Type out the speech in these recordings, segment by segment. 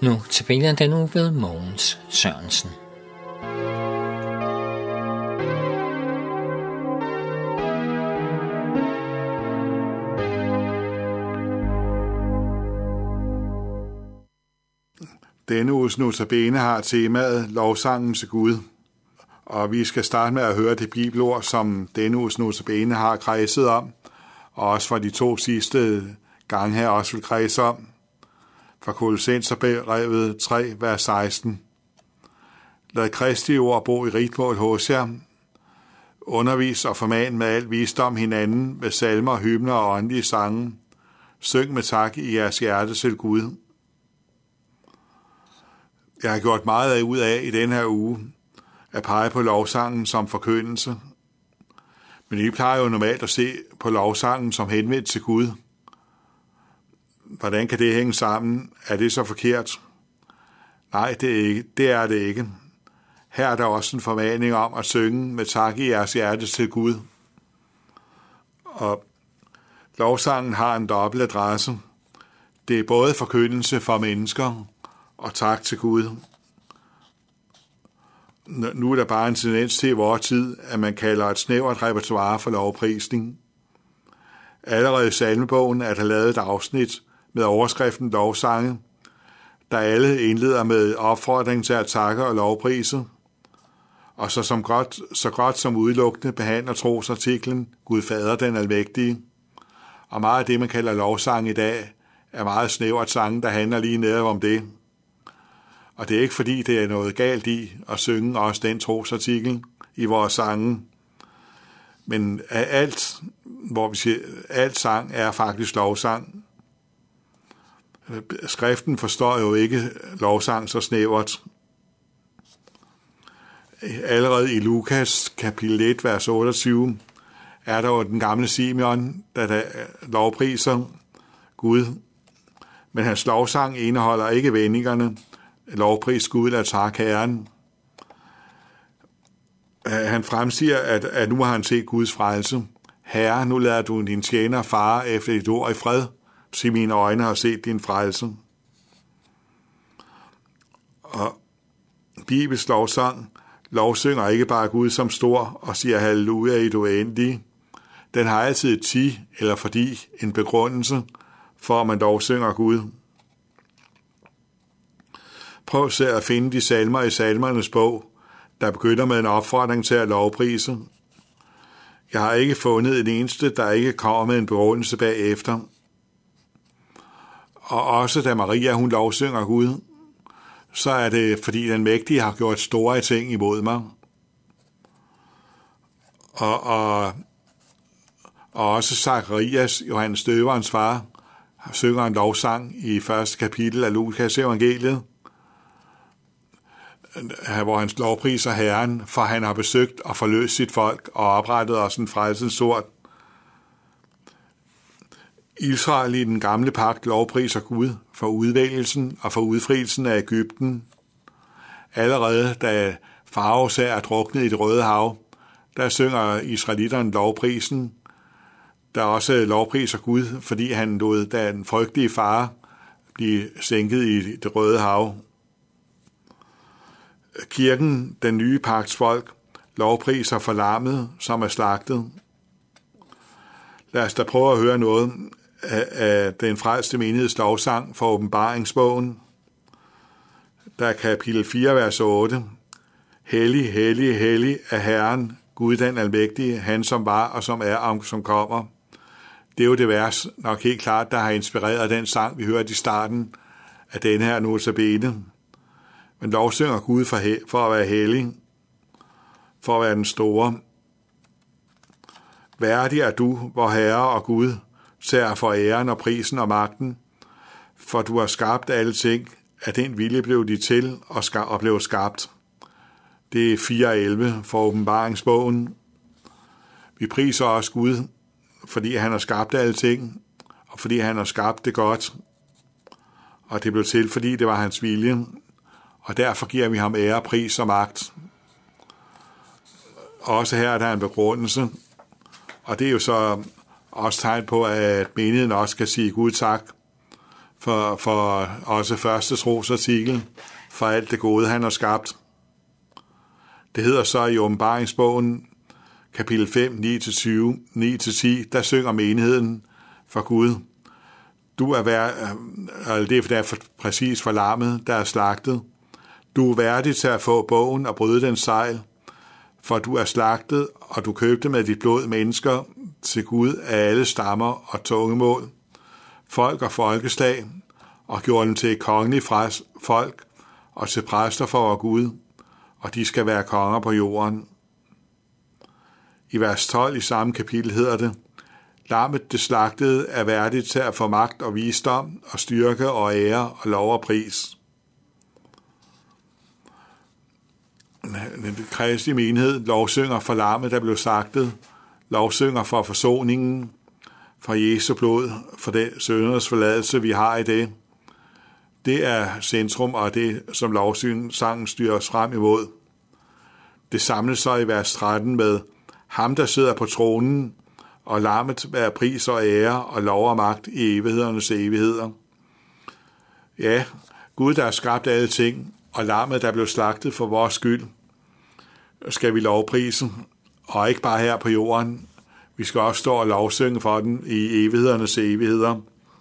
Nu tilbage den nu ved Mogens Sørensen. Denne uges notabene har temaet lovsangen til Gud, og vi skal starte med at høre det bibelord, som denne uges notabene har kredset om, og også for de 2 sidste gange her også vil kredse om, fra Kolossenserbrevet 3, vers 16. Lad Kristi ord bo i rigt mål hos jer. Undervis og forman med al visdom hinanden med salmer, hymner og åndelige sange. Syng med tak i jeres hjerte til Gud. Jeg har gjort meget ud af i denne her uge at pege på lovsangen som forkyndelse. Men I plejer jo normalt at se på lovsangen som henvendt til Gud. Hvordan kan det hænge sammen? Er det så forkert? Nej, det er det ikke. Her er der også en formaning om at synge med tak i jeres hjerte til Gud. Og lovsangen har en dobbelt adresse. Det er både forkyndelse for mennesker og tak til Gud. Nu er der bare en tendens til i vores tid, at man kalder et snævert repertoire for lovprisning. Allerede i salmebogen er der lavet et afsnit med overskriften lovsange, der alle indleder med opfordring til at takke og lovprise, og så godt som udelukkende behandler trosartiklen Gud Fader den Almægtige. Og meget af det, man kalder lovsang i dag, er meget snævert sange, der handler lige netop om det. Og det er ikke fordi, det er noget galt i at synge også den trosartikel i vores sange. Men alt, hvor vi siger, alt sang er faktisk lovsang. Skriften forstår jo ikke lovsang så snævert. Allerede i Lukas kapitel 1, vers 28, er der jo den gamle Simeon, der lovpriser Gud. Men hans lovsang indeholder ikke vendingerne, lovpris Gud eller tak Herren. Han fremsiger, at nu har han set Guds frelse. Herre, nu lader du din tjener fare efter dit ord i fred, til mine øjne har set din frelse. Og Bibels lovsang lovsynger ikke bare Gud som stor og siger halleluja i det uendelige. Den har altid et ti eller fordi en begrundelse for, at man lovsynger Gud. Prøv selv at finde de salmer i salmernes bog, der begynder med en opfordring til at lovprise. Jeg har ikke fundet en eneste, der ikke kommer med en begrundelse bagefter. Og også da Maria, hun lovsynger Gud, så er det, fordi den mægtige har gjort store ting imod mig. Og også Zacharias, Johannes døberens far, synger en lovsang i 1. kapitel af Lukas evangeliet, hvor han lovpriser Herren, for han har besøgt og forløst sit folk og oprettet også en frelsens sort. Israel i den gamle pagt lovpriser Gud for udvælgelsen og for udfrielsen af Egypten. Allerede da Farao er druknet i det Røde Hav, der synger israelitterne lovprisen, der også lovpriser Gud, fordi han lod den frygtelige fare blive sænket i det Røde Hav. Kirken, den nye pagts folk, lovpriser for lammet, som er slagtet. Lad os da prøve at høre noget af den frelste menigheds lovsang for åbenbaringsbogen. Der er kapitel 4, vers 8. Hellig, hellig, hellig er Herren, Gud den Almægtige, han som var og som er og som kommer. Det er jo det vers nok helt klart, der har inspireret den sang, vi hørte i starten af denne her notabene. Men lovsynger Gud for at være hellig, for at være den store. Værdig er du, vor Herre og Gud, sær for æren og prisen og magten, for du har skabt alle ting, at den vilje blev de til og blev skabt. Det er 4.11 for åbenbaringsbogen. Vi priser også Gud, fordi han har skabt alle ting, og fordi han har skabt det godt. Og det blev til, fordi det var hans vilje, og derfor giver vi ham ære, pris og magt. Også her er der en begrundelse, og det er jo så også tegn på, at menigheden også kan sige Gud tak for også første trosartikel for alt det gode, han har skabt. Det hedder så i Åbenbaringsbogen, kapitel 5, 9-20, 9-10, der synger menigheden for Gud. Du er det er præcis for lammet, der er slagtet. Du er værdig til at få bogen og bryde den sejl, for du er slagtet, og du købte med dit blod mennesker til Gud af alle stammer og tungemål, folk og folkeslag, og gjorde dem til et kongeligt folk og til præster for vor Gud, og de skal være konger på jorden. I vers 12 i samme kapitel hedder det, lammet det slagtede er værdigt til at få magt og visdom og styrke og ære og lov og pris. Den kristelige menighed lovsynger for lammet, der blev slagtet, lovsynger for forsoningen, for Jesu blod, for den syndernes forladelse, vi har i det. Det er centrum og det, som lovsangen styrer os frem imod. Det samles så i vers 13 med ham, der sidder på tronen, og lammet er pris og ære og lov og magt i evighedernes evigheder. Ja, Gud, der har skabt alle ting, og lammet, der blev slagtet for vores skyld, skal vi lovprise, og ikke bare her på jorden. Vi skal også stå og lovsynge for den i evighedernes evigheder.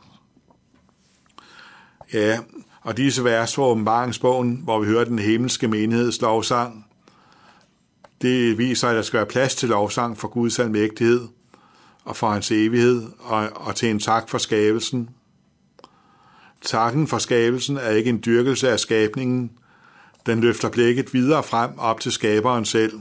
Ja, og disse vers fra Åbenbaringsbogen, hvor vi hører den himmelske menigheds lovsang, det viser, at der skal være plads til lovsang for Guds almægtighed og for hans evighed og til en tak for skabelsen. Takken for skabelsen er ikke en dyrkelse af skabningen. Den løfter blikket videre frem op til skaberen selv.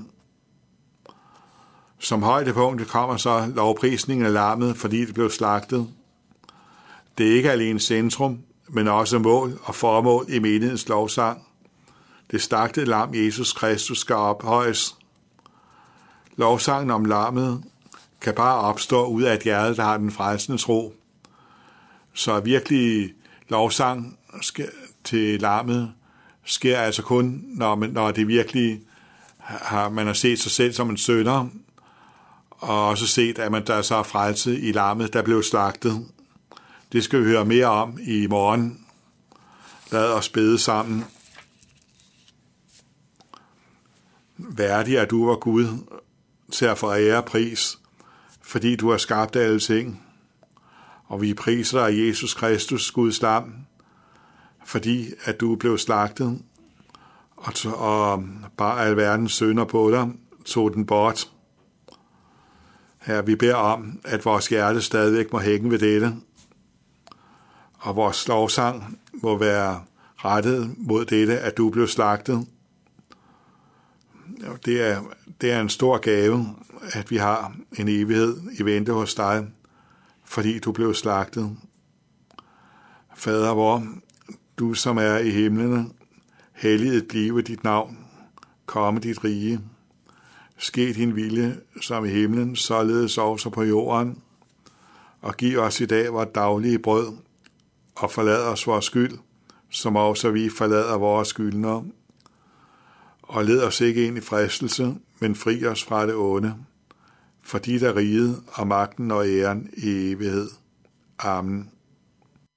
Som højdepunkt kommer så lovprisningen af lammet, fordi det blev slagtet. Det er ikke alene centrum, men også mål og formål i menighedens lovsang. Det slagtede lam Jesus Kristus skal ophøjes. Lovsangen om lammet kan bare opstå ud af et hjerte, der har den frelsende tro. Så virkelig lovsang til lammet sker altså kun, når det virkelig man har set sig selv som en synder, og også set, at der så er frelse i lammet, der blev slagtet. Det skal vi høre mere om i morgen. Lad os bede sammen. Værdig er du, vor Gud, til at forære pris, fordi du har skabt alle ting. Og vi priser dig, Jesus Kristus, Guds lam, fordi at du blev slagtet, og bare alverdens synder på dig, tog den bort. Her vi beder om, at vores hjerte stadigvæk må hænge ved dette, og vores lovsang må være rettet mod dette, at du blev slagtet. Det er en stor gave, at vi har en evighed i vente hos dig, fordi du blev slagtet. Fader vor, du som er i himlene, helliget blive dit navn, komme dit rige. Ske din vilje som i himlen, således også på jorden. Og giv os i dag vores daglige brød, og forlad os vores skyld, som også vi forlader vores skyldnere. Og led os ikke ind i fristelse, men fri os fra det onde. For dit er riget og magten og æren i evighed. Amen.